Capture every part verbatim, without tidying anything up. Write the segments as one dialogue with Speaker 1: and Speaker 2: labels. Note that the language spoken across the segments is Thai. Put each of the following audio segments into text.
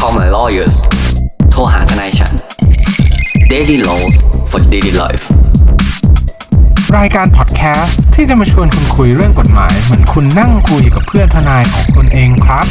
Speaker 1: Call my lawyers โทรหาทนายฉัน Daily Laws for Daily Life
Speaker 2: รายการพอดแคสต์ที่จะมาชวนคุณคุยเรื่องกฎหมายเหมือนคุณนั่งคุยกับเพื่อนทนายของคุณเองครับ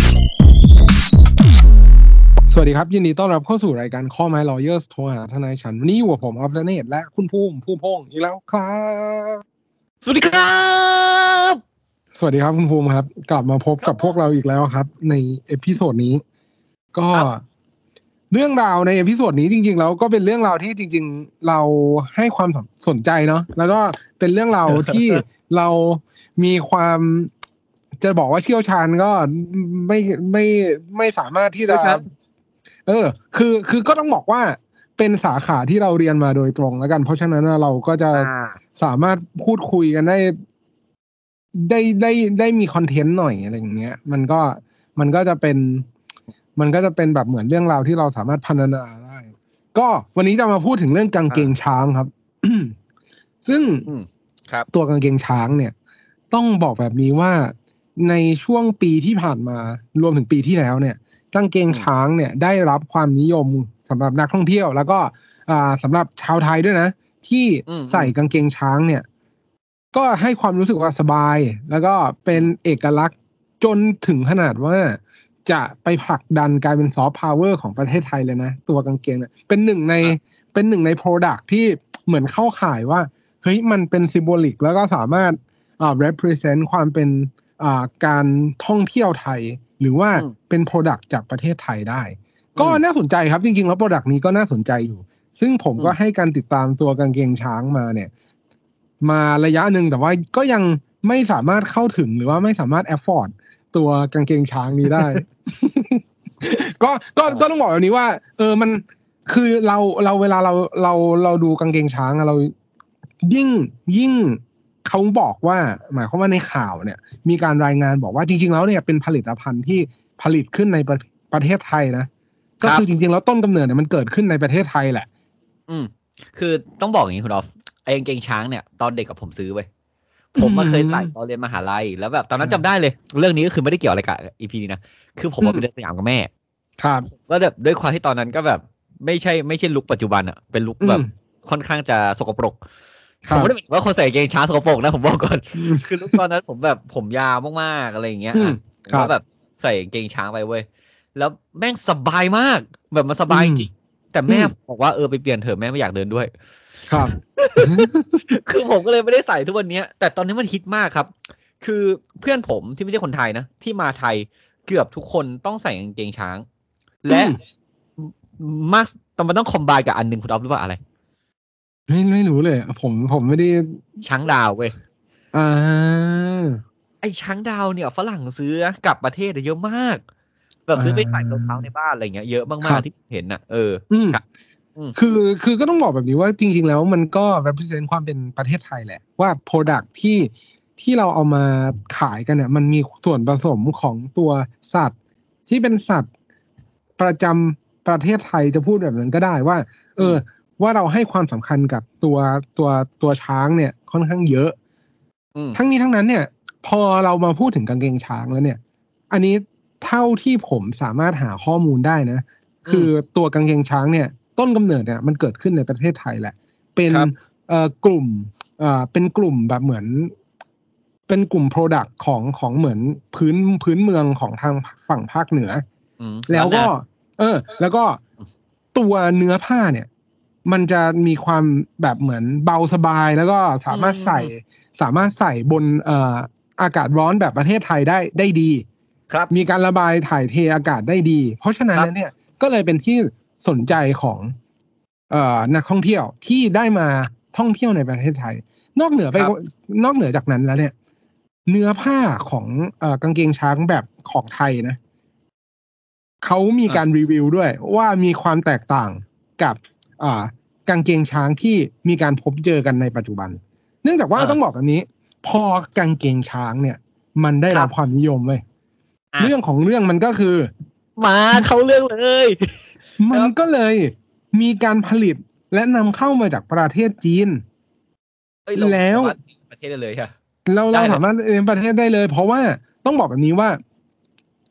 Speaker 2: สวัสดีครับยินดีต้อนรับเข้าสู่รายการ Call my lawyers โทรหาทนายฉันวันนี้อยู่กับผมออฟเดอะเนตและคุณภูมิภูมิพงษ์อีกแล้วครับ
Speaker 3: สวัสดีครับ
Speaker 2: สวัสดีครับคุณภูมิครับกลับมาพบกับพวกเราอีกแล้วครับในเอพิโซดนี้ก็เรื่องราวในเอพิโซดนี้จริงๆแล้วก็เป็นเรื่องราวที่จริงๆเราให้ความสนใจเนาะแล้วก็เป็นเรื่องราวที่เรามีความจะบอกว่าเชี่ยวชาญก็ไม่ไม่ไม่สามารถที่จะเออคือคือก็ต้องบอกว่าเป็นสาขาที่เราเรียนมาโดยตรงแล้วกันเพราะฉะนั้นเราก็จะสามารถพูดคุยกันได้ได้ได้ได้มีคอนเทนต์หน่อยอะไรอย่างเงี้ยมันก็มันก็จะเป็นมันก็จะเป็นแบบเหมือนเรื่องราวที่เราสามารถพรรณนาได้ก็วันนี้จะมาพูดถึงเรื่องกางเกงช้างครับ ซึ่งตัวกางเกงช้างเนี่ยต้องบอกแบบนี้ว่าในช่วงปีที่ผ่านมารวมถึงปีที่แล้วเนี่ยกางเกงช้างเนี่ยได้รับความนิยมสำหรับนักท่องเที่ยวแล้วก็อ่าสำหรับชาวไทยด้วยนะที่ใส่กางเกงช้างเนี่ยก็ให้ความรู้สึกว่าสบายแล้วก็เป็นเอกลักษณ์จนถึงขนาดว่าจะไปผลักดันกลายเป็นซอฟต์พาวเวอร์ของประเทศไทยเลยนะตัวกางเกงเนี่ยเป็นหนึ่งในเป็นหนึ่งใน product ที่เหมือนเข้าข่ายว่าเฮ้ยมันเป็น symbolic แล้วก็สามารถอ่า represent ความเป็นอ่าการท่องเที่ยวไทยหรือว่าเป็น product จากประเทศไทยได้ก็น่าสนใจครับจริงๆแล้ว product นี้ก็น่าสนใจอยู่ซึ่งผมก็ให้การติดตามตัวกางเกงช้างมาเนี่ยมาระยะหนึ่งแต่ว่าก็ยังไม่สามารถเข้าถึงหรือว่าไม่สามารถ afford ตัวกางเกงช้างนี้ได้ ก็ก็ก็ต้องบอกแบบนี้ว่าเออมันคือเราเราเวลาเราเราเราดูกางเกงช้างเรายิ่งยิ่งเขาบอกว่าหมายความว่าในข่าวเนี่ยมีการรายงานบอกว่าจริงๆแล้วเนี่ยเป็นผลิตภัณฑ์ที่ผลิตขึ้นในประประเทศไทยนะก็คือจริงๆแล้วต้นกำเนิดเนี่ยมันเกิดขึ้นในประเทศไทยแหละ
Speaker 3: อืมคือต้องบอกอย่างนี้คุณออฟไอ้กางเกงช้างเนี่ยตอนเด็กกับผมซื้อไว้ผมมาเคยใส่ตอนเรียนมหาลัยแล้วแบบตอนนั้นจำได้เลยเรื่องนี้ก็คือไม่ได้เกี่ยวอะไรกับ อี พี นี้นะคือผมมาไปเดินสยามกับแม่
Speaker 2: ครับ
Speaker 3: ก็แบบด้วยความที่ตอนนั้นก็แบบไม่ใช่ไม่ใช่ลุคปัจจุบันอ่ะเป็นลุคแบบค่อนข้างจะสกปรกผมไม่ได้บอกว่าคนใส่กางเกงช้างสกปรกนะผมบอกก่อนคือลุคตอนนั้นผมแบบผมยาวมากๆอะไรอย่างเงี้ยแล้วแบบใส่กางเกงช้างไปเว้ยแล้วแม่งสบายมากแบบมันสบายจริงแต่แม่บอกว่าเออไปเปลี่ยนเถอะแม่ไม่อยากเดินด้วย
Speaker 2: ครับ
Speaker 3: คือผมก็เลยไม่ได้ใส่ทุกวันนี้แต่ตอนนี้มันฮิตมากครับคือเพื่อนผมที่ไม่ใช่คนไทยนะที่มาไทยเกือบทุกคนต้องใส่กางเกงช้างและมากแต่มันต้องคอมไบน์กับอันนึงคุณอ๊อฟรู้ป่ะอะไร
Speaker 2: ไม่ไม่รู้เลยผมผมไม่ได้
Speaker 3: ช้างดาวเว้ย
Speaker 2: อ่า
Speaker 3: ไอช้างดาวเนี่ยฝรั่งซื้อกลับประเทศเยอะมากแบบซื้อไปใส่รองเท้าในบ้านอะไรเงี้ยเยอะมากๆที่เห็นน่ะเออ
Speaker 2: คือคือก็ต้องบอกแบบนี้ว่าจริงๆแล้วมันก็ represent ความเป็นประเทศไทยแหละว่า product ที่ที่เราเอามาขายกันเนี่ยมันมีส่วนผสมของตัวสัตว์ที่เป็นสัตว์ประจำประเทศไทยจะพูดแบบนั้นก็ได้ว่าเออว่าเราให้ความสำคัญกับตัวตัวตัวช้างเนี่ยค่อนข้างเยอะทั้งนี้ทั้งนั้นเนี่ยพอเรามาพูดถึงกางเกงช้างแล้วเนี่ยอันนี้เท่าที่ผมสามารถหาข้อมูลได้นะคือตัวกางเกงช้างเนี่ยต้นกำเนิดเนี่ยมันเกิดขึ้นในประเทศไทยแหละเป็นเอ่อกลุ่มเอ่อเป็นกลุ่มแบบเหมือนเป็นกลุ่ม product ของของเหมือนพื้นพื้นเมืองของทางฝั่งภาคเหนือแล้วก็เออแล้วก็ตัวเนื้อผ้าเนี่ยมันจะมีความแบบเหมือนเบาสบายแล้วก็สามารถใส่สามารถใส่บนเอ่ออากาศร้อนแบบประเทศไทยได้ได้ดี
Speaker 3: ครับ
Speaker 2: มีการระบายถ่ายเทอากาศได้ดีเพราะฉะนั้นแล้วเนี่ยก็เลยเป็นที่สนใจของเอ่อนักท่องเที่ยวที่ได้มาท่องเที่ยวในประเทศไทยนอกเหนือไปนอกเหนือจากนั้นแล้วเนี่ยเนื้อผ้าของเอ่อกางเกงช้างแบบของไทยนะเขามีการรีวิวด้วยว่ามีความแตกต่างกับอ่ากางเกงช้างที่มีการพบเจอกันในปัจจุบันเนื่องจากว่าต้องบอกแบบนี้พอกางเกงช้างเนี่ยมันได้รับความนิยมเว้ยเรื่องของเรื่องมันก็คือ
Speaker 3: มาเข้าเรื่องเลย
Speaker 2: มันก็เลยมีการผลิตและนำเข้ามาจากประเทศจีนแล้ว
Speaker 3: ประเทศได้เลยค่ะ
Speaker 2: เราเราสามารถเรียนประเทศได้เลยเพราะว่าต้องบอกแบบนี้ว่า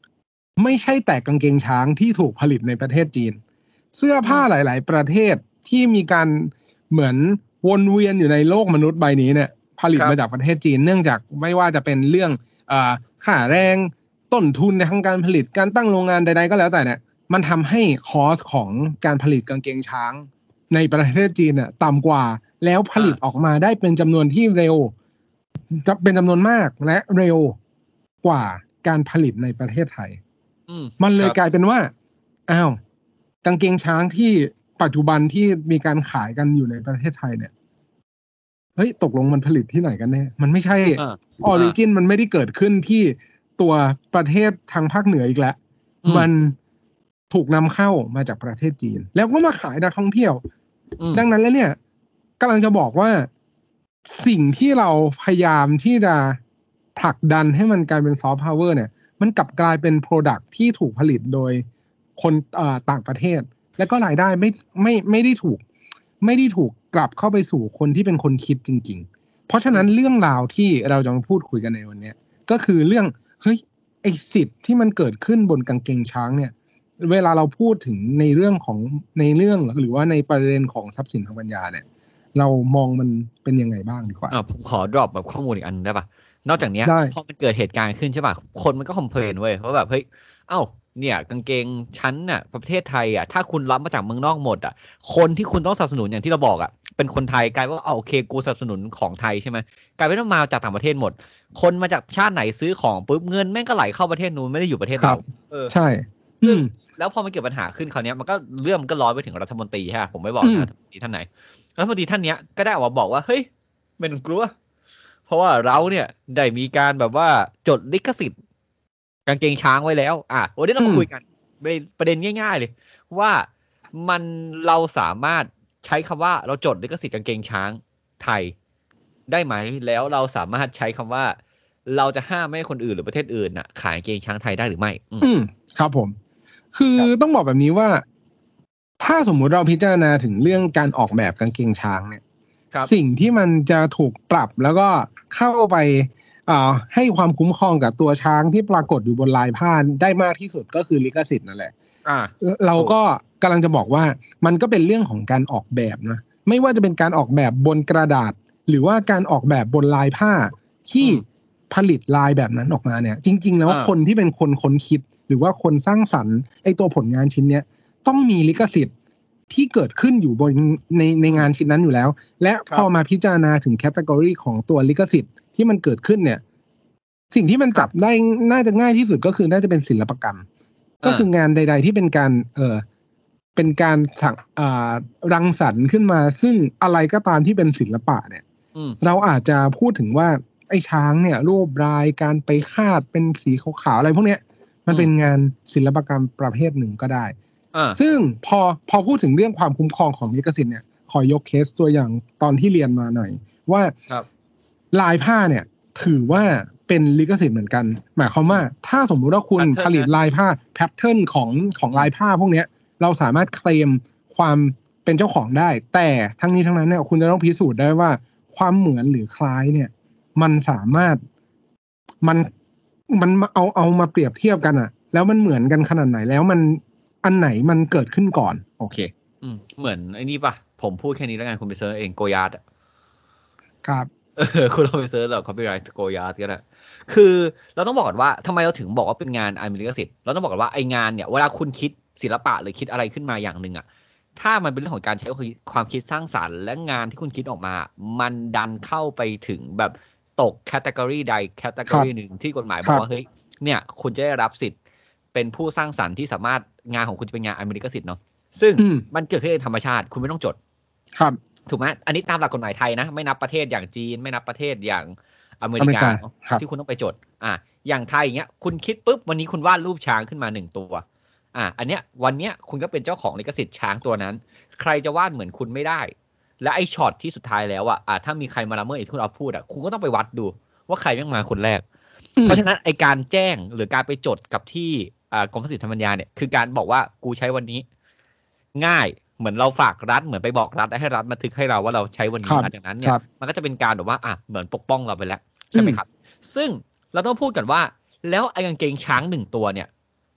Speaker 2: ไม่ใช่แต่กางเกงช้างที่ถูกผลิตในประเทศจีนเสื้อผ้าหลายๆประเทศที่มีการเหมือนวนเวียนอยู่ในโลกมนุษย์ใบนี้เนี่ยผลิตมาจากประเทศจีนเนื่องจากไม่ว่าจะเป็นเรื่องอ่าค่าแรงต้นทุนในทางการผลิตการตั้งโรงงานใดๆก็แล้วแต่เนี่ยมันทำให้คอสของการผลิตกางเกงช้างในประเทศจีนเนี่ยต่ำกว่าแล้วผลิตออกมาได้เป็นจำนวนที่เร็วจะเป็นจำนวนมากและเร็วกว่าการผลิตในประเทศไทยมันเลยกลายเป็นว่าอ้าวกางเกงช้างที่ปัจจุบันที่มีการขายกันอยู่ในประเทศไทยเนี่ยเฮ้ยตกลงมันผลิตที่ไหนกันแน่มันไม่ใช่ออริจินมันไม่ได้เกิดขึ้นที่ตัวประเทศทางภาคเหนืออีกแล้วมันถูกนำเข้ามาจากประเทศจีนแล้วก็มาขายนักท่องเที่ยวดังนั้นแล้วเนี่ยกำลังจะบอกว่าสิ่งที่เราพยายามที่จะผลักดันให้มันกลายเป็นซอฟต์พาวเวอร์เนี่ยมันกลับกลายเป็นโปรดักที่ถูกผลิตโดยคนต่างประเทศแล้วก็รายได้ไม่ไม่ไม่ได้ถูกไม่ได้ถูกกลับเข้าไปสู่คนที่เป็นคนคิดจริงๆเพราะฉะนั้นเรื่องราวที่เราจะมาพูดคุยกันในวันนี้ก็คือเรื่องเฮ้ยไอ้สิทธิ์ที่มันเกิดขึ้นบนกางเกงช้างเนี่ยเวลาเราพูดถึงในเรื่องของในเรื่องหรือว่าในประเด็นของทรัพย์สินทางปัญญาเนี่ยเรามองมันเป็นยังไงบ้างดีกว่า
Speaker 3: อ่าผมขอดรอปแบบข้อมูลอีกอันได้ป่ะนอกจากนี้พอมันเกิดเหตุการณ์ขึ้นใช่ป่ะคนมันก็คอมเพลนเว้ยเพราะแบบเฮ้ยเอ้าเนี่ยกางเกงชั้นน่ะประเทศไทยอ่ะถ้าคุณรับมาจากเมืองนอกหมดอ่ะคนที่คุณต้องสนับสนุนอย่างที่เราบอกอ่ะเป็นคนไทยกลายว่าเอาโอเคกูสนับสนุนของไทยใช่ไหมกลายเป็นว่ามาจากต่างประเทศหมดคนมาจากชาติไหนซื้อของปุ๊บเงินแม่งก็ไหลเข้าประเทศนู้นไม่ได้อยู่ประเทศเรา
Speaker 2: เออใช่
Speaker 3: ซึ่งแล้วพอมันเกิดปัญหาขึ้นคราวนี้มันก็เรื่องมันก็ร้อนไปถึงรัฐมนตรีใช่ไหมผมไม่บอกนะรัฐมนตรีท่านไหนรัฐมนตรีท่านเนี้ยก็ได้ออกมาบอกว่าเฮ้ยไม่ต้องกลัวเพราะว่าเราเนี่ยได้มีการแบบว่าจดลิขสิทธิ์กางเกงช้างไว้แล้วอ่ะวันนี้เรามาคุยกันประเด็นง่ายๆเลยว่ามันเราสามารถใช้คำว่าเราจดลิขสิทธิ์กางเกงช้างไทยได้ไหมแล้วเราสามารถใช้คำว่าเราจะห้ามไม่ให้คนอื่นหรือประเทศอื่นน่ะขายกางเกงช้างไทยได้หรือไม่
Speaker 2: อืมครับผมคือต้องบอกแบบนี้ว่าถ้าสมมุติเราพิจารณาถึงเรื่องการออกแบบกางเกงช้างเนี่ยสิ่งที่มันจะถูกปรับแล้วก็เข้าไปให้ความคุ้มครองกับตัวช้างที่ปรากฏอยู่บนลายผ้าได้มากที่สุดก็คือลิขสิทธิ์นั่นแหละเราก็กำลังจะบอกว่ามันก็เป็นเรื่องของการออกแบบนะไม่ว่าจะเป็นการออกแบบบนกระดาษหรือว่าการออกแบบบนลายผ้าที่ผลิตลายแบบนั้นออกมาเนี่ยจริงๆแล้วคนที่เป็นคนค้นคิดหรือว่าคนสร้างสรรค์ไอ้ตัวผลงานชิ้นเนี้ยต้องมีลิขสิทธิ์ที่เกิดขึ้นอยู่บนในในงานชิ้นนั้นอยู่แล้วและพอมาพิจารณาถึงแคตตากรีของตัวลิขสิทธิ์ที่มันเกิดขึ้นเนี่ยสิ่งที่มันจับได้น่าจะง่ายที่สุดก็คือน่าจะเป็นศิลปกรรมก็คืองานใดๆที่เป็นการเออเป็นการสั่งอ่ารังสรรค์ขึ้นมาซึ่งอะไรก็ตามที่เป็นศิลปะเนี่ยเราอาจจะพูดถึงว่าไอ้ช้างเนี่ยรูปลายการไปคาดเป็นสีขาวๆอะไรพวกเนี้ยมันเป็นงานศิลปกรรมประเภทหนึ่งก็ได้ซึ่งพอพอพูดถึงเรื่องความคุ้มครองของลิขสิทธิ์เนี่ยขอยกเคสตัวอย่างตอนที่เรียนมาหน่อยว่าลายผ้าเนี่ยถือว่าเป็นลิขสิทธิ์เหมือนกันหมายความว่าถ้าสมมุติว่าคุณผลิตลายผ้าแพทเทิร์นของของลายผ้าพวกเนี้ยเราสามารถเคลมความเป็นเจ้าของได้แต่ทั้งนี้ทั้งนั้นเนี่ยคุณจะต้องพิสูจน์ได้ว่าความเหมือนหรือคล้ายเนี่ยมันสามารถมันมันเอาเอามาเปรียบเทียบกันอะแล้วมันเหมือนกันขนาดไหนแล้วมันอันไหนมันเกิดขึ้นก่อนโอเค
Speaker 3: อืมเหมือนไอ้นี่ป่ะผมพูดแค่นี้แล้วกันคุณไปเซิร์ชเองโกยาร์ด
Speaker 2: ครับ
Speaker 3: เออคุณลองไปเซิร์ชหรอ copyright โกยาร์ดก็ได้คือเราต้องบอกก่อนว่าทำไมเราถึงบอกว่าเป็นงานอเมริกาสิทธิ์เราต้องบอกก่อนว่าไอ้งานเนี่ยเวลาคุณคิดศิลปะหรือคิดอะไรขึ้นมาอย่างนึงอ่ะถ้ามันเป็นเรื่องของการใช้ความคิดสร้างสรรค์และงานที่คุณคิดออกมามันดันเข้าไปถึงแบบตกแคตตากรีใดแคตตากรีหนึ่งที่กฎหมายบอกว่าเฮ้ยเนี่ยคุณจะได้รับสิทธิ์เป็นผู้สร้างสรรค์ที่สามารถงานของคุณจะเป็นงานอเมริกาสิทธิ์เนาะซึ่งมันเกิดขึ้นในธรรมชาติคุณไม่ต้องจด
Speaker 2: ครับ
Speaker 3: ถูกไหมอันนี้ตามหลักกฎหมายไทยนะไม่นับประเทศอย่างจีนไม่นับประเทศอย่างอเมริกาที่คุณต้องไปจดอ่ะอย่างไทยอย่างเงี้ยคุณคิดปุ๊บวันนี้คุณวาดรูปช้างขึ้นมาหนึ่งตัวอ่ะอันเนี้ยวันเนี้ยคุณก็เป็นเจ้าของลิขสิทธิ์ช้างตัวนั้นใครจะวาดเหมือนคุณไม่ได้และไอ้ช็อตที่สุดท้ายแล้วอ่ะอ่ะถ้ามีใครมาละเมิดที่คุณเอาพูดอ่ะคุณก็ต้องไปวัดดูว่าใครแม่งมาคนแรกเพราะฉะนั้นไอ้การแจ้งหรือการไปจดกับที่อ่ากรมทรัพย์สินทางปัญญาเนี่ยคือการบอกว่ากูใช้วันนี้ง่ายเหมือนเราฝากรัฐเหมือนไปบอกรัฐให้รัฐบันทึกให้เราว่าเราใช้วันนี้หลังจากนั้นเนี่ยมันก็จะเป็นการแบบว่าอ่ะเหมือนปกป้องเราไปแล้วใช่ไหมครับซึ่งเราต้องพูดกันว่าแล้วไอ้กางเกงช้างหนึ่งตัวเนี่ย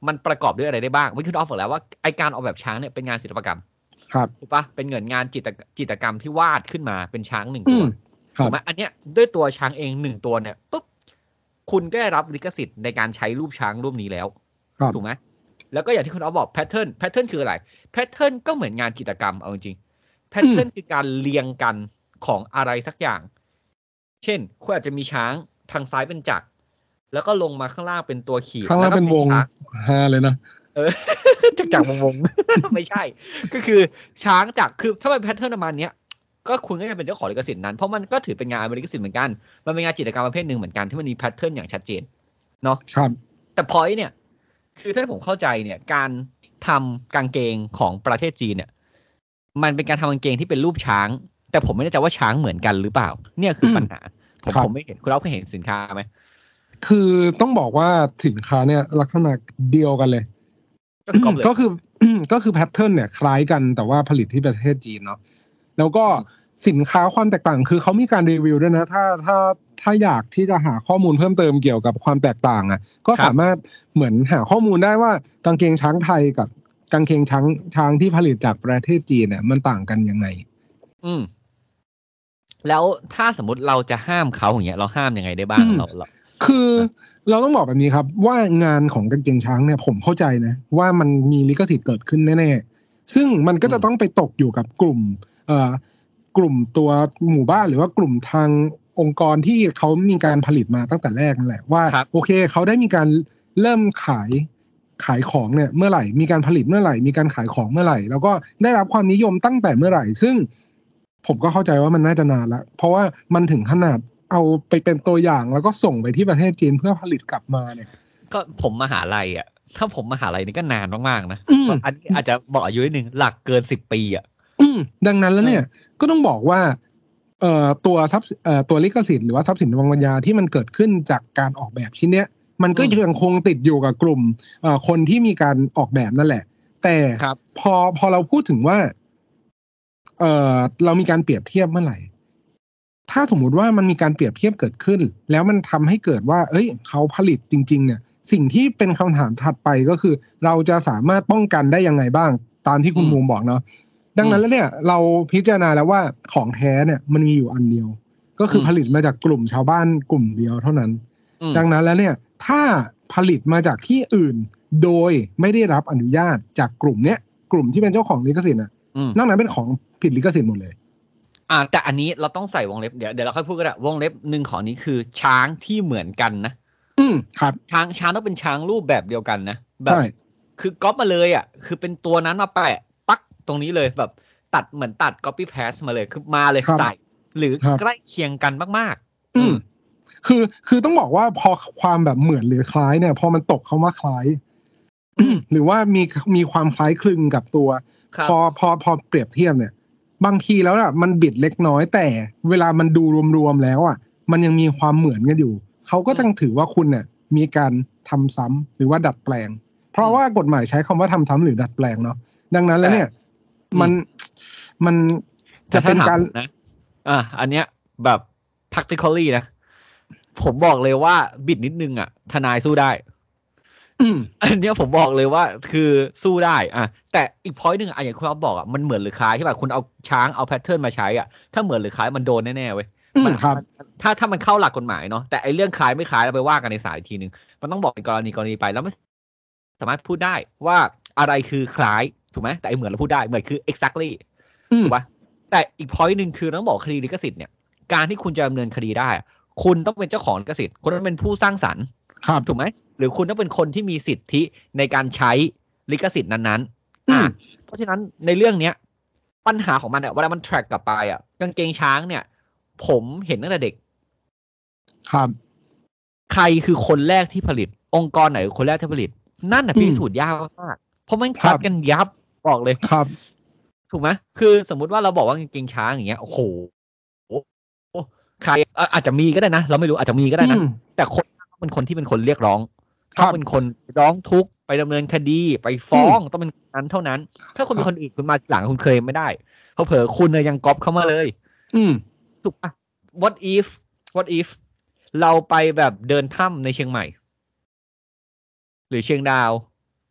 Speaker 3: มันประกอบด้วยอะไรได้บ้างเมื่อกี้คุณออฟบอกแล้วว่าไอการออกแบบช้างเนี่ยเป็นงานศิลปกรรม
Speaker 2: ครับ
Speaker 3: ถูกปะเป็นเงินงานจิตจิตรกรรมที่วาดขึ้นมาเป็นช้างหนึ่งตัวถูกไหมอันเนี้ยด้วยตัวช้างเองหนึ่งตัวเนี่ยปุ๊บคุณก็ได้รับลิขสิทธิ์ในการใช้รูปช้างรูปนี้แล้วถูกไหมแล้วก็อย่างที่คุณออฟบอกแพทเทิร์นแพทเทิร์นคืออะไรแพทเทิร์นก็เหมือนงานจิตรกรรมเอาจริงแพทเทิร์นคือการเรียงกันของอะไรสักอย่างเช่นคุณอาจจะมีช้างทางซ้ายเป็นจักรแล้วก็ลงมาข้างล่างเป็นตัวขีด
Speaker 2: ข้างล่างเป็นวงฮาเลยนะ
Speaker 3: เออจักรจักรวงวงไม่ใช่ก็คือช้างจักรคือถ้าเป็นแพทเทิร์นประมาณนี้ก็คุณก็จะเป็นเจ้าของลิขสิทธิ์นั้นเพราะมันก็ถือเป็นงานลิขสิทธิ์เหมือนกันมันเป็นงานจิตรกรรมประเภทหนึ่งเหมือนกันที่มันมีแพทเทิร์นอย่างชัดเจนเนาะ
Speaker 2: ครับ
Speaker 3: แต่พอยต์เนี่ยคือถ้าผมเข้าใจเนี่ยการทำกางเกงของประเทศจีนเนี่ยมันเป็นการทำกางเกงที่เป็นรูปช้างแต่ผมไม่แน่ใจว่าช้างเหมือนกันหรือเปล่าเนี่ยคือปัญหาผมผมไม่เห็นคุณเราเคยเห็นสินค้าไหม
Speaker 2: คือต้องบอกว่าสินค้าเนี่ยลักษณะเดียวกันเลยก็คือก็คือแพทเทิร์นเนี่ยคล้ายกันแต่ว่าผลิตที่ประเทศจีนเนาะแล้วก็สินค้าความแตกต่างคือเขามีการรีวิวด้วยนะถ้าถ้าถ้าอยากที่จะหาข้อมูลเพิ่มเติมเกี่ยวกับความแตกต่างอ่ะก็สามารถเหมือนหาข้อมูลได้ว่ากางเกงช้างไทยกับกางเกงช้างช้างที่ผลิตจากประเทศจีนเนี่ยมันต่างกันยังไง
Speaker 3: อืมแล้วถ้าสมมติเราจะห้ามเขาอย่างเงี้ยเราห้ามยังไงได้บ้างเราเรา
Speaker 2: คือเราต้องบอกแบบนี้ครับว่างานของกางเกงช้างเนี่ยผมเข้าใจนะว่ามันมีลิขสิทธิ์เกิดขึ้นแน่ๆซึ่งมันก็จะต้องไปตกอยู่กับกลุ่มเอ่อกลุ่มตัวหมู่บ้านหรือว่ากลุ่มทางองค์กรที่เขามีการผลิตมาตั้งแต่แรกนั่นแหละว่าโอเคเขาได้มีการเริ่มขายขายของเนี่ยเมื่อไหร่มีการผลิตเมื่อไหร่มีการขายของเมื่อไหร่แล้วก็ได้รับความนิยมตั้งแต่เมื่อไหร่ซึ่งผมก็เข้าใจว่ามันน่าจะนานแล้วเพราะว่ามันถึงขนาดเอาไปเป็นตัวอย่างแล้วก็ส่งไปที่ประเทศจีนเพื่อผลิตกลับมาเนี่ย
Speaker 3: ก็ผมมหาลัยอ่ะถ้าผมมหาลัยนี่ก็นานมากๆนะอันนี้อาจจะบอกอายุนิดนึงหลักเกินสิบปีอ่ะ
Speaker 2: ดังนั้นแล้วเนี่ยก็ต้องบอกว่าเอ่อตัวทรัพย์เอ่อตัวลิขสิทธิ์หรือว่าทรัพย์สินทางปัญญาที่มันเกิดขึ้นจากการออกแบบชิ้นเนี้ยมันก็ยังคงติดอยู่กับกลุ่มเอ่อคนที่มีการออกแบบนั่นแหละแต่พอพอเราพูดถึงว่าเอ่อเรามีการเปรียบเทียบเมื่อไหร่ถ้าสมมุติว่ามันมีการเปรียบเทียบเกิดขึ้นแล้วมันทำให้เกิดว่าเอ้ยเขาผลิตจริงๆเนี่ยสิ่งที่เป็นคำถามถัดไปก็คือเราจะสามารถป้องกันได้ยังไงบ้างตามที่คุณมูมบอกเนาะดังนั้นแล้วเนี่ยเราพิจารณาแล้วว่าของแท้เนี่ยมันมีอยู่อันเดียวก็คือผลิตมาจากกลุ่มชาวบ้านกลุ่มเดียวเท่านั้นดังนั้นแล้วเนี่ยถ้าผลิตมาจากที่อื่นโดยไม่ได้รับอนุญาตจากกลุ่มเนี้ยกลุ่มที่เป็นเจ้าของลิขสิทธิ์น่ะนอกนั้นเป็นของผิดลิขสิทธิ์หมดเลย
Speaker 3: อ่าแต่อันนี้เราต้องใส่วงเล็บเดี๋ยวเดี๋ยวเราค่อยพูดก็ได้วงเล็บหนึ่งของนี้คือช้างที่เหมือนกันนะ
Speaker 2: อืมครับ
Speaker 3: ช้างช้างต้องเป็นช้างรูปแบบเดียวกันนะแบบคือก๊อปมาเลยอ่ะคือเป็นตัวนั้นมาแปะปักตรงนี้เลยแบบตัดเหมือนตัด copy paste มาเลยคือมาเลยใส่หรือใกล้เคียงกันมากๆ
Speaker 2: อืมคือคือต้องบอกว่าพอความแบบเหมือนหรือคล้ายเนี่ยพอมันตกคำว่าคล้ายหรือว่ามีมีความคล้ายคลึงกับตัวพอพอพอเปรียบเทียบเนี่ยบางทีแล้วอ่ะมันบิดเล็กน้อยแต่เวลามันดูรวมๆแล้วอ่ะมันยังมีความเหมือนกันอยู่เขาก็ต้องถือว่าคุณเนี่ยมีการทำซ้ำหรือว่าดัดแปลงเพราะว่ากฎหมายใช้คำว่าทำซ้ำหรือดัดแปลงเนาะดังนั้นแล้วเนี่ยมันมันจะเป็นการ
Speaker 3: นะอ่ะอันเนี้ยแบบ practically นะผมบอกเลยว่าบิดนิดนึงอ่ะทนายสู้ได้อันเนี้ยผมบอกเลยว่าคือสู้ได้อ่ะแต่อีก point นึงอ่ะอย่างคุณอ๊อฟบอกอ่ะมันเหมือนหรือคล้ายใช่ป่ะคุณเอาช้างเอาแพทเทิร์นมาใช้อ่ะถ้าเหมือนหรือคล้ายมันโดนแน่ๆเว้ย
Speaker 2: มัน
Speaker 3: ถ้าถ้ามันเข้าหลักกฎหมายเนาะแต่ไอเรื่องคล้ายไม่คล้ายเราไปว่ากันในศาลอีกทีนึงมันต้องบอกเป็นกรณีกรณีไปแล้วไม่สามารถพูดได้ว่าอะไรคือคล้ายถูกไหมแต่ไอเหมือนเราพูดได้เหมือนคือ exactly ถูกป่ะแต่อีก point นึงคือต้องบอกคดีลิขสิทธิ์เนี่ยการที่คุณจะดำเนินคดีได้คุณต้องเป็นเจ้าของลิขสิทธิ์คุณต้องเป็นผู้สร้างสรรค์ถูกไหมหรือคุณต้องเป็นคนที่มีสิทธิในการใช้ลิขสิทธิ์นั้นๆอ่าเพราะฉะนั้นในเรื่องเนี้ยปัญหาของมันเนี่ยเวลามัน track กลับไปอ่ะกางเกงช้างเนี่ยผมเห็นตั้งแต่เด็ก
Speaker 2: ครับ
Speaker 3: ใครคือคนแรกที่ผลิตองค์กรไหนคนแรกที่ผลิตนั่นน่ะพิสูจน์ยากมากเพราะมันคัดกันยับบอกเลย
Speaker 2: ครับ
Speaker 3: ถูกไหมคือสมมุติว่าเราบอกว่ากางเกงช้างอย่างเงี้ยโอ้โหใครอาจจะมีก็ได้นะเราไม่รู้อาจจะมีก็ได้นะแต่คนเป็นคนที่เป็นคนเรียกร้องต้องเป็นคนร้องทุกข์ไปดำเนินคดีไปฟ้องต้องเป็นนั้นเท่านั้นถ้าคนเป็นคนอื่นคุณมาหลังคุณเคลมไม่ได้เขาเผลอคุณเลยยังก๊อปเข้ามาเลย
Speaker 2: อืม
Speaker 3: ถูกปะ what if what if เราไปแบบเดินถ้ำในเชียงใหม่หรือเชียงดาว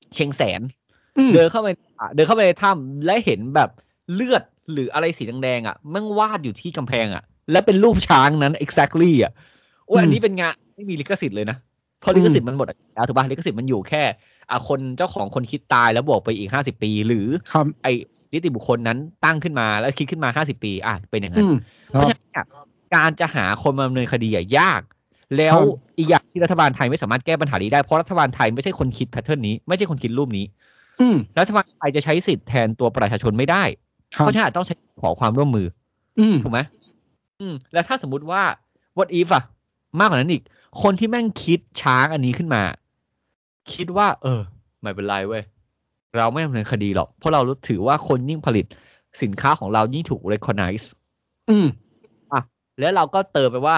Speaker 3: เชียงแสนเดินเข้าไปเดินเข้าไปในถ้ำและเห็นแบบเลือดหรืออะไรสีแดงๆอ่ะมันวาดอยู่ที่กำแพงอ่ะและเป็นรูปช้างนั้น exactly อ่ะโอ้ยอันนี้เป็นงานไม่มีลิขสิทธิ์เลยนะเพราะลิขสิทธิ์มันหมดแล้วถูกป่ะลิขสิทธิ์มันอยู่แค่อ่ะคนเจ้าของคนคิดตายแล้วบวกไปอีกห้าสิบปีหรือไอ้นิติบุคคลนั้นตั้งขึ้นมาแล้วคิดขึ้นมาห้าสิบปีอ่ะเป็นอย่างนั้นเพราะฉะนั้นการจะหาคนมาดำเนินคดีอ่ะยากแล้วอีกอย่างที่รัฐบาลไทยไม่สามารถแก้ปัญหานี้ได้เพราะรัฐบาลไทยไม่ใช่คนคิดแพทเทิร์นนี้ไม่ใช่คนคิดรูปนี้รัฐบาลไทยจะใช้สิทธิ์แทนตัวประชาชนไม่ได้เพราะฉะนั้นต้องใช้ขอความร่วมมือถูกไหมอืมแล้วถ้าสมมุติว่า what if อ่ะมากกว่านั้นอีกคนที่แม่งคิดช้างอันนี้ขึ้นมาคิดว่าเออไม่เป็นไรเว้ยเราไม่ดำเนินคดีหรอกเพราะเราถือว่าคนยิ่งผลิตสินค้าของเรายิ่งถูก recognize อืมอ่ะแล้วเราก็เติมไปว่า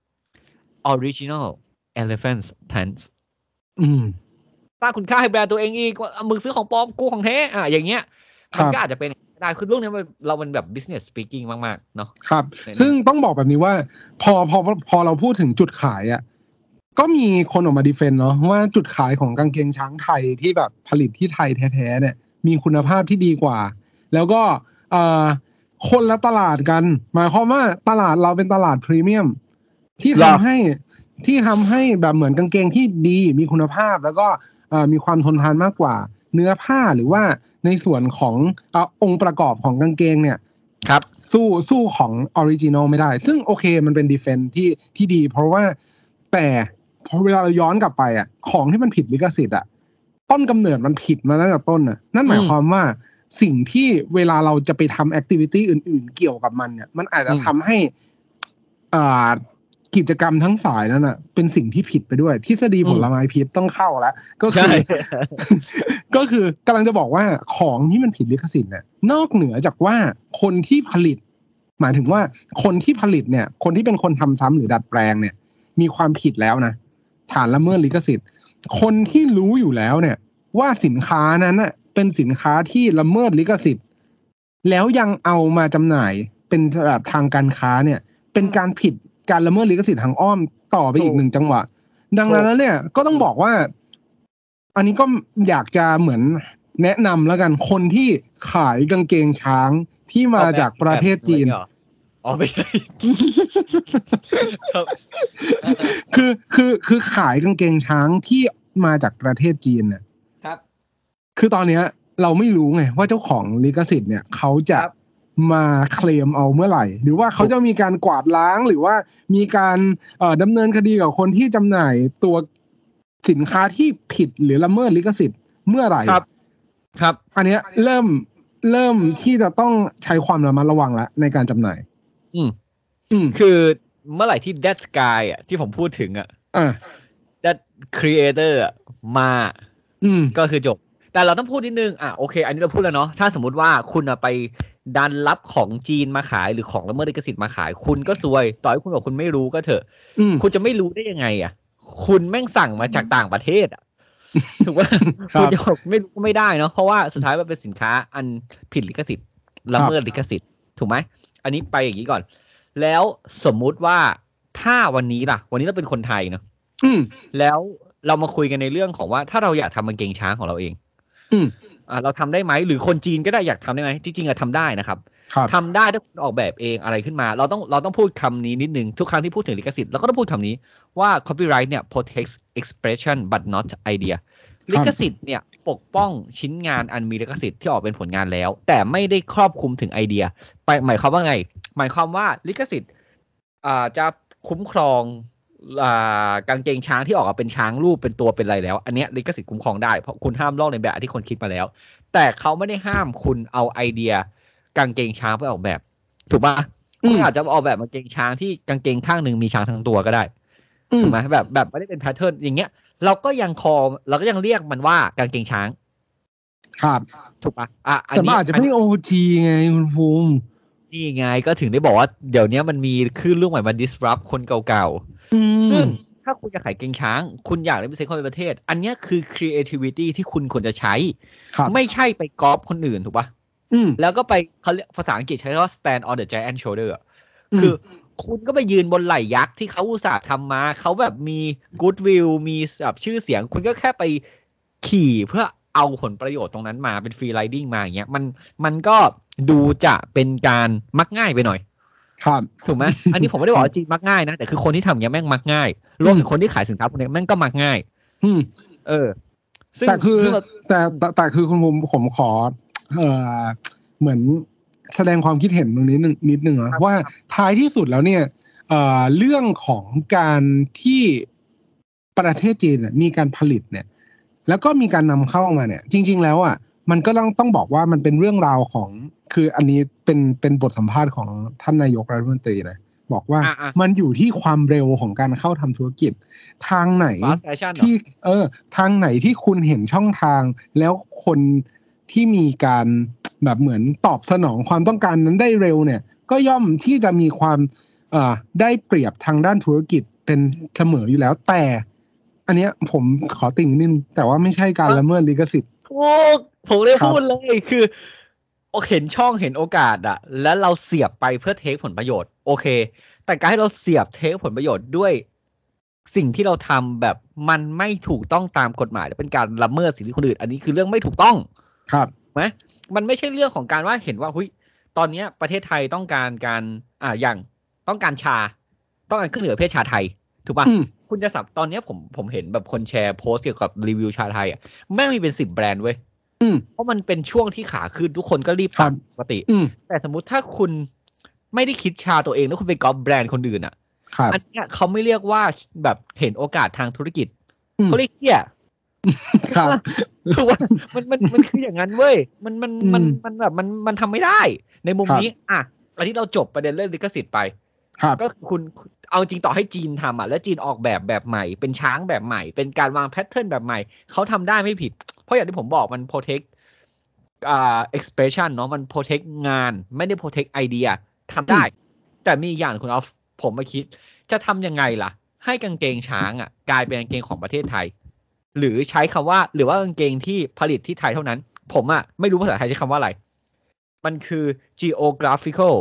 Speaker 3: original elephant pants อืมสร้างคุณค่าให้แบรนด์ตัวเองอีกว่ามึงซื้อของปลอมกูของแท้อ่ะอย่างเงี้ยมันก็อาจจะเป็นได้คือเรื่องนี้เราเป็นแบบ business speaking มากๆเนาะ
Speaker 2: ครับซึ่งต้องบอกแบบนี้ว่าพอพอพอเราพูดถึงจุดขายอ่ะก็มีคนออกมาดีเฟนต์เนาะว่าจุดขายของกางเกงช้างไทยที่แบบผลิตที่ไทยแท้ๆเนี่ยมีคุณภาพที่ดีกว่าแล้วก็เอ่อคนละตลาดกันหมายความว่าตลาดเราเป็นตลาดพรีเมียมที่ทำให้ที่ทำให้แบบเหมือนกางเกงที่ดีมีคุณภาพแล้วก็มีความทนทานมากกว่าเนื้อผ้าหรือว่าในส่วนของอ่ะองค์ประกอบของกางเกงเนี่ย
Speaker 3: ครับ
Speaker 2: สู้สู้ของออริจินอลไม่ได้ซึ่งโอเคมันเป็นดีเฟนส์ที่ที่ดีเพราะว่าแต่พอเวลาเราย้อนกลับไปอ่ะของที่มันผิดลิขสิทธิ์อ่ะต้นกำเนิดมันผิดมาตั้งแต่ต้นน่ะนั่นหมายความว่าสิ่งที่เวลาเราจะไปทำแอคทิวิตี้อื่นๆเกี่ยวกับมันเนี่ยมันอาจจะทำให้อ่ากิจกรรมทั้งสายนั้นอ่ะเป็นสิ่งที่ผิดไปด้วยทฤษฎีผลไม้พิษต้องเข้าแล้วก็คือก็คือกำลังจะบอกว่าของที่มันผิดลิขสิทธิ์เนี่ยนอกเหนือจากว่าคนที่ผลิตหมายถึงว่าคนที่ผลิตเนี่ยคนที่เป็นคนทำซ้ำหรือดัดแปลงเนี่ยมีความผิดแล้วนะฐานละเมิดลิขสิทธิ์คนที่รู้อยู่แล้วเนี่ยว่าสินค้านั้นน่ะเป็นสินค้าที่ละเมิดลิขสิทธิ์แล้วยังเอามาจำหน่ายเป็นแบบทางการค้าเนี่ยเป็นการผิดการละเมิดลิขสิทธิ์ทางอ้อมต่อไปอีกหนึ่งจังหวะดังนั้นแล้วเนี่ยก็ต้องบอกว่าอันนี้ก็อยากจะเหมือนแนะนำแล้วกันคนที่ขายกางเกงช้างที่มาจากประเทศจีน
Speaker 3: อ๋อไม่ใช่
Speaker 2: คือคือคือขายกางเกงช้างที่มาจากประเทศจีนเนี่ย
Speaker 3: ครับ
Speaker 2: คือตอนเนี้ยเราไม่รู้ไงว่าเจ้าของลิขสิทธิ์เนี่ยเขาจะมาเคลมเอาเมื่อไหร่หรือว่าเขาจะมีการกวาดล้างหรือว่ามีการเอ่อดำเนินคดีกับคนที่จำหน่ายตัวสินค้าที่ผิดหรือละเมิดลิขสิทธิ์เมื่อไหร่
Speaker 3: ครับครับ
Speaker 2: อันเนี้ยเริ่มเริ่มที่จะต้องใช้ความระมัดระวังแล้วในการจำหน่าย
Speaker 3: อืมอืมคือเมื่อไหร่ที่ That Sky อ่ะที่ผมพูดถึงอ่ะ
Speaker 2: อ่า
Speaker 3: That Creator อ่ะมา
Speaker 2: อืม
Speaker 3: ก็คือจบแต่เราต้องพูดนิดนึงอ่ะโอเคอันนี้เราพูดแล้วเนาะถ้าสมมุติว่าคุณอ่ะไปดันรับของจีนมาขายหรือของละเมิดลิขสิทธิ์มาขายคุณก็ซวยต่อให้คุณบอกคุณไม่รู้ก็เถอะคุณจะไม่รู้ได้ยังไงอ่ะคุณแม่งสั่งมาจากต่างประเทศอ่ะถูกป่ะคุณจะบอกไม่รู้ก็ไม่ได้เนาะเพราะว่าสุดท้ายมันเป็นสินค้าอันผิดลิขสิทธิ์ละเมิดลิขสิทธิ์ถูกไหมอันนี้ไปอย่างนี้ก่อนแล้วสมมุติว่าถ้าวันนี้ล่ะวันนี้เราเป็นคนไทยเนาะแล้วเรามาคุยกันในเรื่องของว่าถ้าเราอยากทำกางเกงช้างของเราเองอ่าเราทำได้ไหมหรือคนจีนก็ได้อยากทำได้ไหมจริงๆอะทำได้นะครับทำได้ถ้าคุณออกแบบเองอะไรขึ้นมาเราต้องเราต้องพูดคำนี้นิดนึงทุกครั้งที่พูดถึงลิขสิทธิ์เราก็ต้องพูดคำนี้ว่า copyright เนี่ย protects expression but not idea ลิขสิทธิ์เนี่ยปกป้องชิ้นงานอันมีลิขสิทธิ์ที่ออกเป็นผลงานแล้วแต่ไม่ได้ครอบคลุมถึงไอเดียไปหมายความว่าไงหมายความว่าลิขสิทธิ์อ่าจะคุ้มครองอ่ากางเกงช้างที่ออกมาเป็นช้างรูปเป็นตัวเป็นอะไรแล้วอันเนี้ยลิขสิทธิ์คุ้มครองได้เพราะคุณห้ามลอกในแบบที่คนคิดมาแล้วแต่เขาไม่ได้ห้ามคุณเอาไอเดียกางเกงช้างไปออกแบบถูกป่ะคุณอาจจะออกแบบกางเกงช้างที่กางเกงข้างหนึ่งมีช้างทั้งตัวก็ได้ถูกไหมแบบแบบไม่ได้เป็นแพทเทิร์นอย่างเงี้ยเราก็ยังคอเราก็ยังเรียกมันว่ากางเกงช้าง
Speaker 2: ครับ
Speaker 3: ถูกป่ะอ่ะอัน
Speaker 2: นี้แต่อาจจะไม่ โอ จี ไงคุณภูมิ
Speaker 3: นี่ไงก็ถึงได้บอกว่าเดี๋ยวนี้มันมีคลื่นลูกใหม่มา disrupt คนเก่าๆซึ่งถ้าคุณจะขายเกงช้างคุณอยากได้เป็นเซ็กคนในประเทศอันนี้คือ creativity ที่คุณควรจะใช้ไม่ใช่ไปก๊อปคนอื่นถูกป่ะแล้วก็ไปเขาเรียกภาษาอังกฤษใช้คำว่า stand on the giant shoulder คือคุณก็ไปยืนบนไหล่ยักษ์ที่เขาอุตส่าห์ทำมาเขาแบบมี goodwill มีแบบชื่อเสียงคุณก็แค่ไปขี่เพื่อเอาผลประโยชน์ตรงนั้นมาเป็นฟรีไรดิ้งมาอย่างเงี้ยมันมันก็ดูจะเป็นการมักง่ายไปหน่อย
Speaker 2: ครับ
Speaker 3: ถูกไหม อันนี้ผมไม่ได้บอกว่าจีนมักง่ายนะแต่คือคนที่ทำอย่างเงี้ยแม่งมักง่ายรวมถึงคนที่ขายสินค้าพวกนี้แม่งก็มักง่าย
Speaker 2: อืม
Speaker 3: เออ
Speaker 2: แต่คือแต่แต่แต่คือคุณผมผมขอเอ่อเหมือนแสดงความคิดเห็นตรงนี้นิดนึงนะว่าท้ายที่สุดแล้วเนี่ยเอ่อเรื่องของการที่ประเทศจีนเนี่ยมีการผลิตเนี่ยแล้วก็มีการนำเข้ามาเนี่ยจริงๆแล้วอ่ะมันก็ต้องต้องบอกว่ามันเป็นเรื่องราวของคืออันนี้เป็นเป็นบทสัมภาษณ์ของท่านนายกรัฐมนตรีนะบอกว่ามันอยู่ที่ความเร็วของการเข้าทำธุรกิจทางไหนที่เออทางไหนที่คุณเห็นช่องทางแล้วคนที่มีการแบบเหมือนตอบสนองความต้องการนั้นได้เร็วเนี่ยก็ย่อมที่จะมีความเอ่อได้เปรียบทางด้านธุรกิจเป็นเสมออยู่แล้วแต่อันเนี้ยผมขอติ่งนิดนึงแต่ว่าไม่ใช่การละเมิดลิขสิทธิ์
Speaker 3: ถูกผมได้พูดเลยคือเห็นช่องเห็นโอกาสอะแล้วเราเสียบไปเพื่อเทคผลประโยชน์โอเคแต่การให้เราเสียบเทคผลประโยชน์ด้วยสิ่งที่เราทำแบบมันไม่ถูกต้องตามกฎหมายและเป็นการละเมิดสิทธิคนอื่นอันนี้คือเรื่องไม่ถูกต้อง
Speaker 2: ครับ
Speaker 3: ไหมมันไม่ใช่เรื่องของการว่าเห็นว่าหุ้ยตอนนี้ประเทศไทยต้องการการอ่าอย่างต้องการชาต้องการเครื่องดื่มประเภทชาไทยถูกป่ะคุณจะสับตอนนี้ผมผมเห็นแบบคนแชร์โพสต์เกี่ยวกับรีวิวชาไทยอ่ะแม่งมีเป็นสิบแบรนด์เว้ยเพราะมันเป็นช่วงที่ขาขึ้นทุกคนก็รีบทำปกติแต่สมมุติถ้าคุณไม่ได้คิดชาตัวเองแล้วคุณไปก๊อปแบรนด์คนอื่นอ่ะอันนี้เขาไม่เรียกว่าแบบเห็นโอกาสทางธุรกิจเขาเรียกเหี้ย
Speaker 2: ครับ
Speaker 3: คือว่ามันมันมันคืออย่างนั้นเว้ยมันมันมันมันแบบมันมันทำไม่ได้ในมุมนี้อ่ะอันที่เราจบประเด็นเรื่องลิขสิทธิ์ไปก็คุณเอาจริงต่อให้จีนทำอ่ะแล้วจีนออกแบบแบบใหม่เป็นช้างแบบใหม่เป็นการวางแพทเทิร์นแบบใหม่เขาทำได้ไม่ผิดเพราะอย่างที่ผมบอกมัน protect อ่า expression เนาะมัน protect งานไม่ได้ protect idea ทำได้แต่มีอย่างคุณออฟผมมาคิดจะทำยังไงล่ะให้กางเกงช้างอ่ะกลายเป็นกางเกงของประเทศไทยหรือใช้คำว่าหรือว่ากางเกงที่ผลิตที่ไทยเท่านั้นผมอ่ะไม่รู้ภาษาไทยใช้คำว่าอะไรมันคือ geographical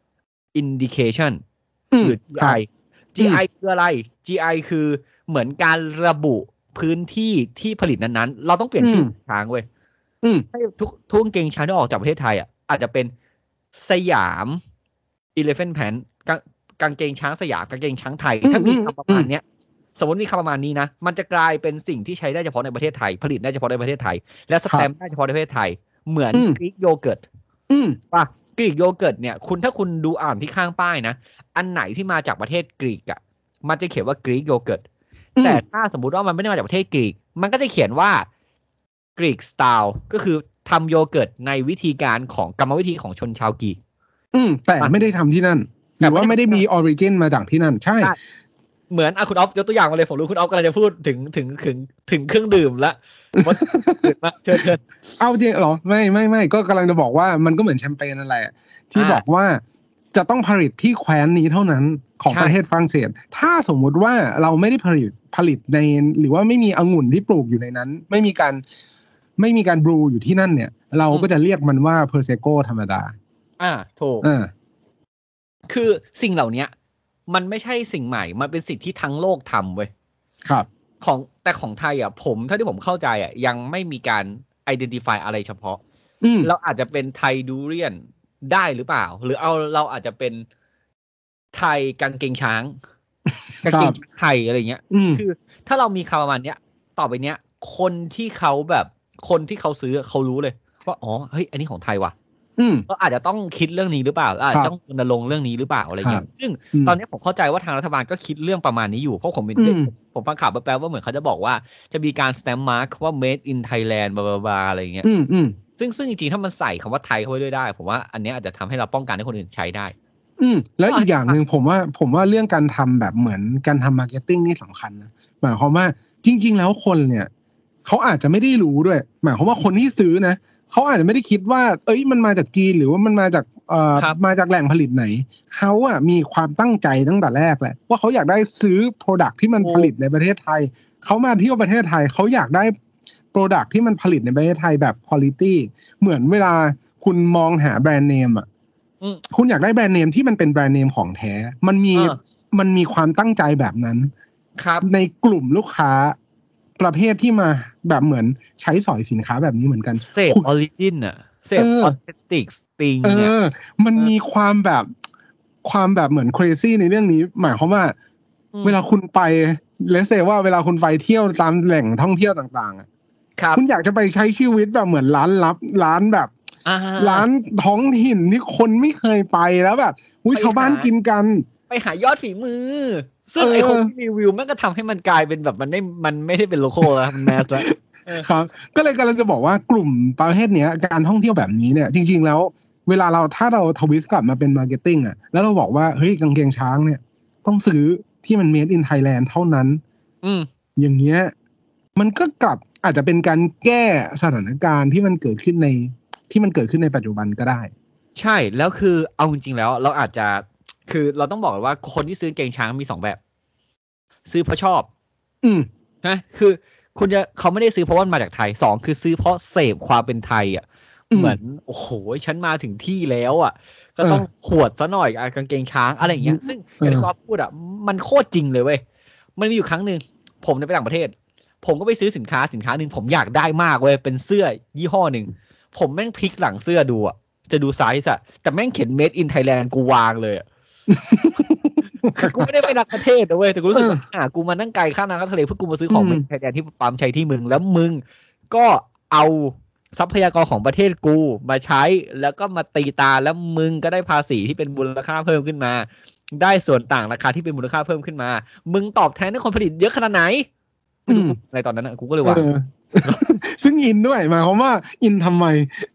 Speaker 3: indication หรือ จี ไอ จี ไอ คืออะไร จี ไอ คือเหมือนการระบุพื้นที่ที่ผลิตนั้นๆเราต้องเปลี่ยนชื่อช้างเว้ยให้ทุกทุกกางเกงช้างที่ออกจากประเทศไทยอ่ะอาจจะเป็นสยาม elephant pant กางเกงช้างสยามกางเกงช้างไทยถ้ามีคำประมาณเนี้ยสมมติมีคำประมาณนี้นะมันจะกลายเป็นสิ่งที่ใช้ได้เฉพาะในประเทศไทยผลิตได้เฉพาะในประเทศไทยและสแตมป์ได้เฉพาะในประเทศไทยเหมือนกรีกโยเกิร์ตป่ะกรีกโยเกิร์ตเนี่ยคุณถ้าคุณดูอ่านที่ข้างป้ายนะอันไหนที่มาจากประเทศกรีกอ่ะมันจะเขียนว่ากรีกโยเกิร์ตแต่ถ้าสมมุติว่ามันไม่ได้มาจากประเทศกรีกมันก็จะเขียนว่ากรีกสไตล์ก็คือทำโยเกิร์ตในวิธีการของกรรมวิธีของชนชาวกรีก
Speaker 2: อืมแต่ไม่ได้ทำที่นั่นหรือว่าไม่ได้มีออริจินมาจากที่นั่นใช่
Speaker 3: เหมือนอ่ะคุณออฟยกตัวอย่างมาเลยผมรู้คุณออฟกำลังจะพูดถึงถึงถึงถึงเครื่องดื่มละมาเชิญเชิญ
Speaker 2: เอาจริงเหรอไม่ไม่ไม่ก็กำลังจะบอกว่ามันก็เหมือนแชมเปญนั่นแหละที่บอกว่าจะต้องผลิตที่แคว้นนี้เท่านั้นของประเทศฝรั่งเศสถ้าสมมุติว่าเราไม่ได้ผลิตผลิตในหรือว่าไม่มีองุ่นที่ปลูกอยู่ในนั้นไม่มีการไม่มีการบรูอยู่ที่นั่นเนี่ยเราก็จะเรียกมันว่าเพอร์เซโกธรรมดา
Speaker 3: อ่าถูก
Speaker 2: อ่า
Speaker 3: คือสิ่งเหล่านี้มันไม่ใช่สิ่งใหม่มันเป็นสิ่งที่ทั้งโลกทำเว้ย
Speaker 2: ครับ
Speaker 3: ของแต่ของไทยอ่ะผมเท่าที่ผมเข้าใจอ่ะยังไม่มีการ identify อะไรเฉพาะเราอาจจะเป็นไทยดูเรียนได้หรือเปล่าหรือเอาเราอาจจะเป็นไทยกางเกงช้างกางเกงไทยอะไรเงี้ยคือถ้าเรามีคำประมาณเนี้ยต่อไปเนี้ยคนที่เขาแบบคนที่เขาซื้อเขารู้เลยว่าอ๋อเฮ้ยอันนี้ของไทยว่ะก็อาจจะต้องคิดเรื่องนี้หรือเปล่าอาจจะต้องรณรงค์เรื่องนี้หรือเปล่าอะไรเงี้ยซึ่งตอนนี้ผมเข้าใจว่าทางรัฐบาลก็คิดเรื่องประมาณนี้อยู่เพราะผมเป็นผมฟังข่าวแปลว่าเหมือนเขาจะบอกว่าจะมีการ stamp mark ว่า made in Thailand บลาบลาอะไรเงี้ยซึ่งซึ่งจริงๆถ้ามันใส่คำว่าไทยเข้าไปด้วยได้ผมว่าอันนี้อาจจะทำให้เราป้องกันให้คนอื่นใช้ได้
Speaker 2: อืมแล้วอีกอย่างนึงผมว่าผมว่าเรื่องการทำแบบเหมือนการทำมาร์เก็ตติ้งนี่สำคัญนะหมายความว่าจริงๆแล้วคนเนี่ยเขาอาจจะไม่ได้รู้ด้วยหมายความว่าคนที่ซื้อนะเขาอาจจะไม่ได้คิดว่าเอ้ยมันมาจากจีนหรือว่ามันมาจากเอ่อมาจากแหล่งผลิตไหนเขาอะมีความตั้งใจตั้งแต่แรกแหละว่าเขาอยากได้ซื้อ product ที่มันผลิตในประเทศไทยเขามาเที่ยวประเทศไทยเขาอยากได้ product ที่มันผลิตในประเทศไทยแบบ quality เหมือนเวลาคุณมองหาแบรนด์เนมอะคุณอยากได้แบรนด์เนมที่มันเป็นแบรนด์เนมของแท้มันมีมันมีความตั้งใจแบบนั้นในกลุ่มลูกค้าประเภทที่มาแบบเหมือนใช้สอยสินค้าแบบนี้เหมือนกัน
Speaker 3: เสพออริจินอะเสพออเทนติกสติงเนี่ย
Speaker 2: มันมีความแบบความแบบเหมือน crazy ในเรื่องนี้หมายความว่าเวลาคุณไปเลสเซว่าเวลาคุณไปเที่ยวตามแหล่งท่องเที่ยวต่างๆอ่ะคุณอยากจะไปใช้ชีวิตแบบเหมือนร้านลับร้านแบบร้านท้องถิ่นที่คนไม่เคยไปแล้วแบบอุ้ยชาวบ้านกินกัน
Speaker 3: ไปหายอดฝีมือซึ่งไอคนที่รีวิวมันก็ทำให้มันกลายเป็นแบบมันไม่มันไม่ได้เป็นโลโก้แล้วมันแมสแล้ว
Speaker 2: ครับก็เลยกำลังจะบอกว่ากลุ่มประเภทเนี้ยการท่องเที่ยวแบบนี้เนี่ยจริงๆแล้วเวลาเราถ้าเราทวิสต์กลับมาเป็นมาร์เก็ตติ้งอ่ะแล้วเราบอกว่าเฮ้ยกางเกงช้างเนี่ยต้องซื้อที่มัน made in Thailand เท่านั้น
Speaker 3: อืม
Speaker 2: อย่างเงี้ยมันก็กลับอาจจะเป็นการแก้สถานการณ์ที่มันเกิดขึ้นในที่มันเกิดขึ้นในปัจจุบันก็ได้
Speaker 3: ใช่แล้วคือเอาจริงๆแล้วเราอาจจะคือเราต้องบอกว่าคนที่ซื้อเกงช้างมีสองแบบซื้อเพราะชอบ
Speaker 2: อืม
Speaker 3: นะคือคุณจะเขาไม่ได้ซื้อเพราะว่ามาจากไทยสองคือซื้อเพราะเสพความเป็นไทยอ่ะเหมือนโอ้โหฉันมาถึงที่แล้วอ่ะก็ต้องขวดซะหน่อยกางเกงช้างอะไรอย่างเงี้ยซึ่งอย่างที่เขาพูดอ่ะมันโคตรจริงเลยเว้ยมันมีอยู่ครั้งหนึ่งผมไปต่างประเทศผมก็ไปซื้อสินค้าสินค้าหนึ่งผมอยากได้มากเว้ยเป็นเสื้อยี่ห้อหนึ่งผมแม่งพลิกหลังเสื้อดูอ่ะจะดูไซส์อ่ะแต่แม่งเขียน made in Thailand กูวางเลยอ่ะกูไม่ได้ไปนักประเทศนะเว้ยแต่กูรู้สึกว่าอ่ะกูมานั่งไกลข้ามน้ำข้ามทะเลเพื่อกูมาซื้อของ made in Thailand ที่ปั๊มใช้ที่มึงแล้วมึงก็เอาทรัพยากรของประเทศกูมาใช้แล้วก็มาตีตาแล้วมึงก็ได้ภาษีที่เป็นมูลค่าเพิ่มขึ้นมาได้ส่วนต่างราคาที่เป็นมูลค่าเพิ่มขึ้นมามึงตอบแทนให้คนผลิตเยอะขนาดไหนในตอนนั้นกูก็เลยว่า
Speaker 2: ซึ่งอินด้วยหมายความว่าอินทำไม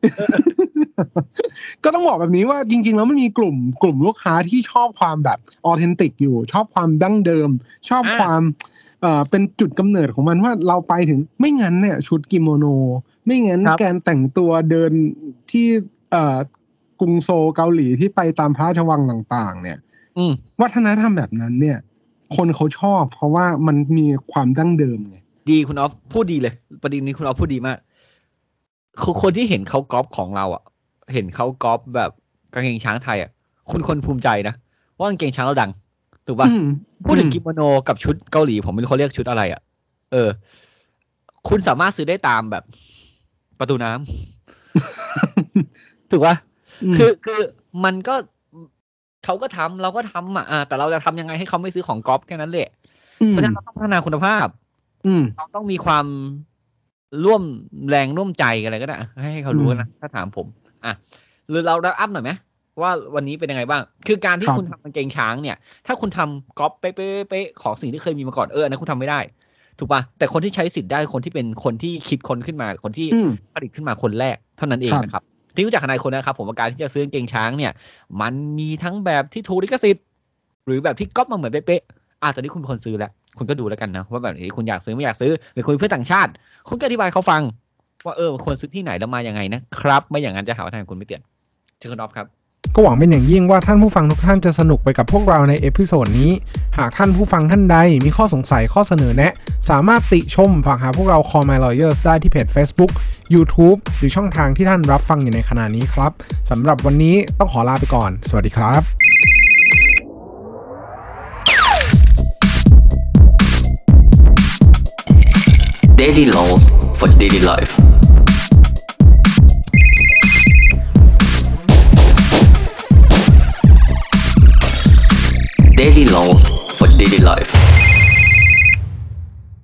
Speaker 2: ก็ต้องบอกแบบนี้ว่าจริงๆแล้วมันมีกลุ่มกลุ่มลูกค้าที่ชอบความแบบออเทนติกอยู่ชอบความดั้งเดิมชอบความเอ่อเป็นจุดกำเนิดของมันว่าเราไปถึงไม่งั้นเนี่ยชุดกิโมโนไม่งั้นการแต่งตัวเดินที่เอ่อกรุงโซลเกาหลีที่ไปตามพระราชวังต่างๆเนี่ยวัฒนธรรมแบบนั้นเนี่ยคนเขาชอบเพราะว่ามันมีความดั้งเดิมไง
Speaker 3: ดีคุณอ๊อฟพูดดีเลยประเด็นนี้คุณอ๊อฟพูดดีมากคือคนที่เห็นเขาก๊อปของเราอ่ะเห็นเขาก๊อปแบบกางเกงช้างไทยอ่ะคุณคนภูมิใจนะว่ากางเกงช้างเราดังถูกป่ะพูดถึงกิโมโนกับชุดเกาหลีผมไม่รู้เขาเรียกชุดอะไรอ่ะเออคุณสามารถซื้อได้ตามแบบประตูน้ำถูกป่ะคือคือมันก็เขาก็ทำเราก็ทำอ่ะแต่เราจะทำยังไงให้เขาไม่ซื้อของก๊อปแค่นั้นแหละเพราะฉะนั้นเราต้องพัฒนาคุณภาพเราต้องมีความร่วมแรงร่วมใจอะไรก็ได้ให้เขารู้นะถ้าถามผมอ่ะหรือเรารับอัพหน่อยไหมว่าวันนี้เป็นยังไงบ้างคือการที่คุณทำกางเกงช้างเนี่ยถ้าคุณทำก๊อปเป๊ะๆของสิ่งที่เคยมีมาก่อนเอออันนั้นคุณทำไม่ได้ถูกป่ะแต่คนที่ใช้สิทธิ์ได้คนที่เป็นคนที่คิดคนขึ้นมาคนที่ผลิตขึ้นมาคนแรกเท่านั้นเองนะครับที่รู้จักนายคนนะครับผมว่าการที่จะซื้อกางเกงช้างเนี่ยมันมีทั้งแบบที่ถูกลิขสิทธิ์หรือแบบที่ก๊อปมาเหมือนเป๊ะๆอ่ะตอนนี้คุณเป็นคนซื้อแล้วคุณก็ดูแล้วกันนะว่าแบบนี้คุณอยากซื้อไม่อยากซื้อหรือคุณเพื่อต่างชาติคุณก็อธิบายเขาฟังว่าเออควรซื้อที่ไหนแล้วมายังไงนะครับไม่อย่างนั้นจะหาว่าทางคุณไม่เตือนเชิญคุณอ๊อฟครับ
Speaker 4: ก็หวังเป็นอย่างยิ่งว่าท่านผู้ฟังทุกท่านจะสนุกไปกับพวกเราในเอพิโซดนี้หากท่านผู้ฟังท่านใดมีข้อสงสัยข้อเสนอแนะสามารถติชมฝากหาพวกเรา Call My Lawyers ได้ที่เพจ Facebook YouTube หรือช่องทางที่ท่านรับฟังอยู่ในขณะนี้ครับสำหรับวันนี้ต้องขอลาไปก่อนสวัสดีครับ
Speaker 1: Daily laws for daily life. Daily laws for daily life.